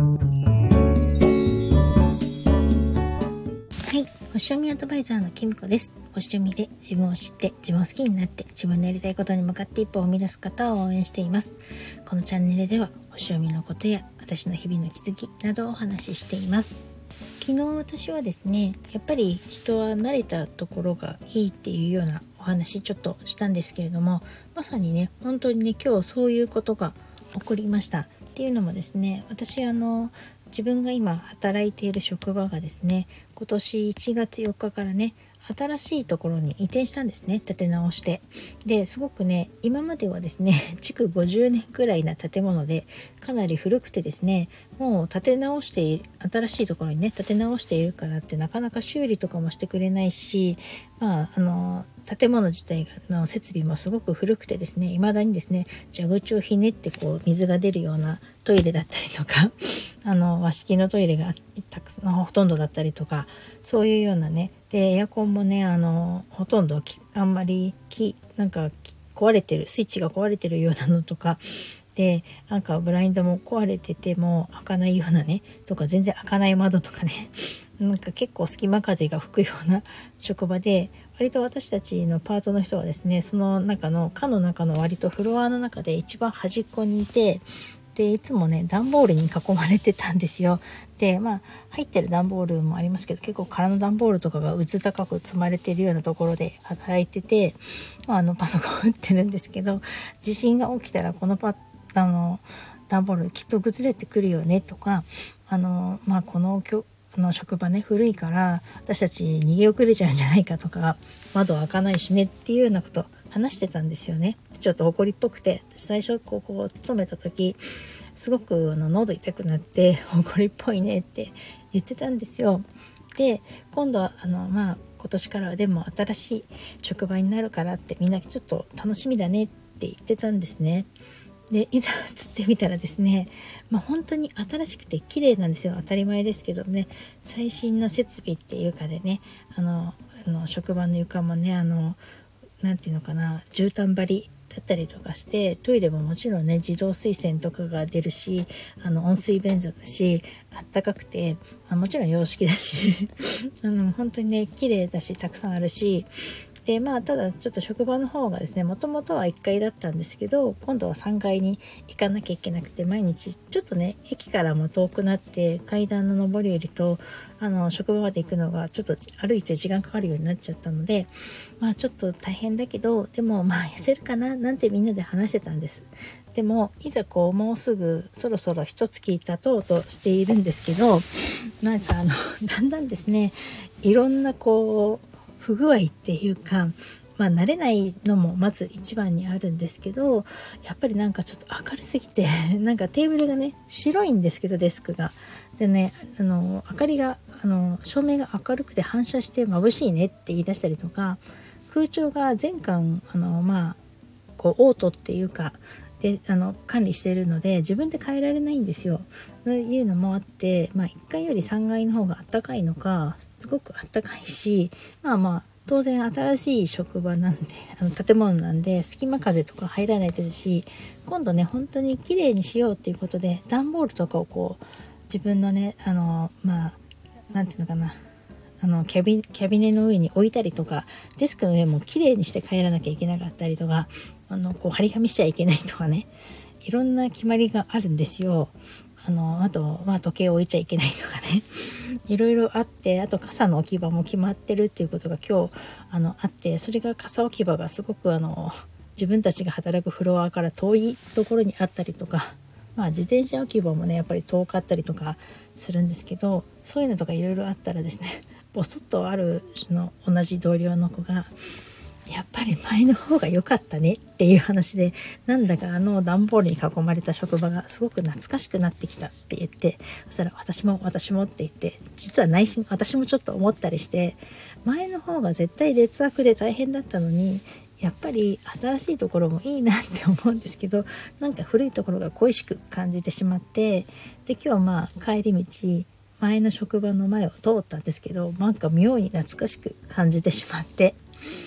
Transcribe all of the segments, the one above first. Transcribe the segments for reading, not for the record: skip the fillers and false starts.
はい、星読みアドバイザーのきみこです。星読みで自分を知って自分を好きになって自分のやりたいことに向かって一歩を生み出す方を応援しています。このチャンネルでは星読みのことや私の日々の気づきなどをお話ししています。昨日私はですね、やっぱり人は慣れたところがいいっていうようなお話ちょっとしたんですけれども、まさにね本当にね今日そういうことが起こりました。っていうのもですね、私自分が今働いている職場がですね、今年1月4日からね新しいところに移転したんですね。建て直して。ですごくね、今まではですね築50年くらいな建物でかなり古くてですね、もう建て直している、新しいところにね建て直しているからってなかなか修理とかもしてくれないし、建物自体の設備もすごく古くてですね、未だにですね蛇口をひねってこう水が出るようなトイレだったりとか和式のトイレがたくさんほとんどだったりとか、そういうようなね、でエアコンもねほとんどあんまりなんか壊れてる、スイッチが壊れてるようなのとかで、なんかブラインドも壊れてても開かないようなねとか、全然開かない窓とかねなんか結構隙間風が吹くような職場で、割と私たちのパートの人はですね、その中の課の中の割とフロアの中で一番端っこにいて、でいつもね段ボールに囲まれてたんですよ。で入ってる段ボールもありますけど、結構空の段ボールとかがうず高く積まれているようなところで働いてて、パソコン打ってるんですけど、地震が起きたらこの段ボールきっと崩れてくるよねとか、この職場ね古いから私たち逃げ遅れちゃうんじゃないかとか、窓開かないしねっていうようなこと話してたんですよね。ちょっと怒りっぽくて、私最初ここを勤めた時すごく喉痛くなって怒りっぽいねって言ってたんですよ。で今度は今年からはでも新しい職場になるからってみんなちょっと楽しみだねって言ってたんですね。でいざ移ってみたらですね、本当に新しくて綺麗なんですよ。当たり前ですけどね、最新の設備っていうかでね、職場の床もねなんていうのかな、絨毯張りだったりとかして、トイレももちろんね自動水洗とかが出るし、温水便座だし、あったかくてもちろん洋式だし本当にね綺麗だし、たくさんあるし、でただちょっと職場の方がですね、もともとは1階だったんですけど、今度は3階に行かなきゃいけなくて、毎日ちょっとね駅からも遠くなって階段の上り下りと職場まで行くのがちょっと歩いて時間かかるようになっちゃったので、ちょっと大変だけど、でも痩せるかななんてみんなで話してたんです。でもいざもうすぐそろそろ一月経とうとしているんですけど、だんだんですね、いろんな不具合っていうか、慣れないのもまず一番にあるんですけど、やっぱりちょっと明るすぎてテーブルがね白いんですけど、デスクがでね明かりが照明が明るくて反射して眩しいねって言い出したりとか、空調が全館オートっていうかで管理しているので自分で変えられないんですよ。というのもあって、1階より3階の方が暖かいのか、すごく暖かいし、当然新しい職場なんで建物なんで隙間風とか入らないですし、今度ね本当に綺麗にしようっていうことで段ボールとかを自分のねなんていうのかな、キャビネの上に置いたりとか、デスクの上も綺麗にして帰らなきゃいけなかったりとか、張り紙しちゃいけないとかね、いろんな決まりがあるんですよ。あと時計を置いちゃいけないとかねいろいろあって、あと傘の置き場も決まってるっていうことが今日あって、それが傘置き場がすごく自分たちが働くフロアから遠いところにあったりとか、自転車置き場もねやっぱり遠かったりとかするんですけど、そういうのとかいろいろあったらですね、ボソッとある同じ同僚の子がやっぱり前の方が良かったねっていう話で、なんだか段ボールに囲まれた職場がすごく懐かしくなってきたって言って、そしたら私もって言って、実は内心私もちょっと思ったりして、前の方が絶対劣悪で大変だったのに、やっぱり新しいところもいいなって思うんですけど、古いところが恋しく感じてしまって、で今日帰り道前の職場の前を通ったんですけど、妙に懐かしく感じてしまって、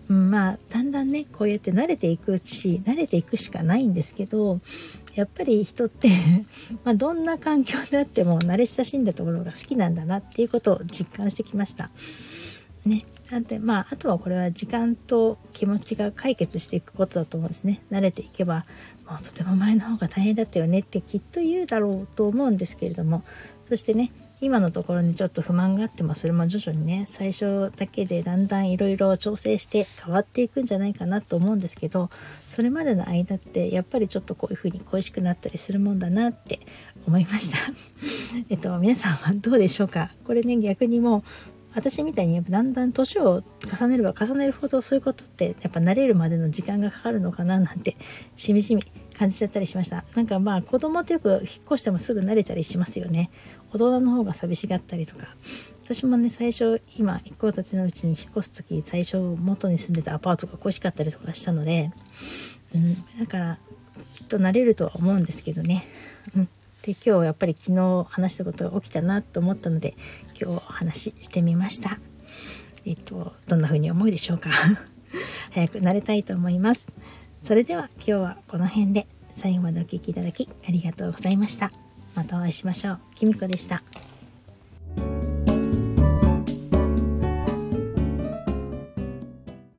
まあだんだんねこうやって慣れていくしかないんですけど、やっぱり人ってどんな環境であっても慣れ親しんだところが好きなんだなっていうことを実感してきましたね。なんであとはこれは時間と気持ちが解決していくことだと思うんですね。慣れていけばもうとても前の方が大変だったよねってきっと言うだろうと思うんですけれども、そしてね今のところにちょっと不満があってもそれも徐々にね最初だけでだんだんいろいろ調整して変わっていくんじゃないかなと思うんですけど、それまでの間ってやっぱりちょっとこういう風に恋しくなったりするもんだなって思いました皆さんはどうでしょうか。これね逆にもう私みたいにやっぱだんだん年を重ねれば重ねるほどそういうことってやっぱ慣れるまでの時間がかかるのかななんてしみじみ感じちゃったりしました。なんか子供とよく引っ越してもすぐ慣れたりしますよね。大人の方が寂しがったりとか。私もね最初今一戸建てのうちに引っ越す時最初元に住んでたアパートが恋しかったりとかしたので、だからきっと慣れるとは思うんですけどね。で今日やっぱり昨日話したことが起きたなと思ったので今日お話ししてみました。どんな風に思うでしょうか早く慣れたいと思います。それでは今日はこの辺で最後までお聞きいただきありがとうございました。またお会いしましょう。きみこでした。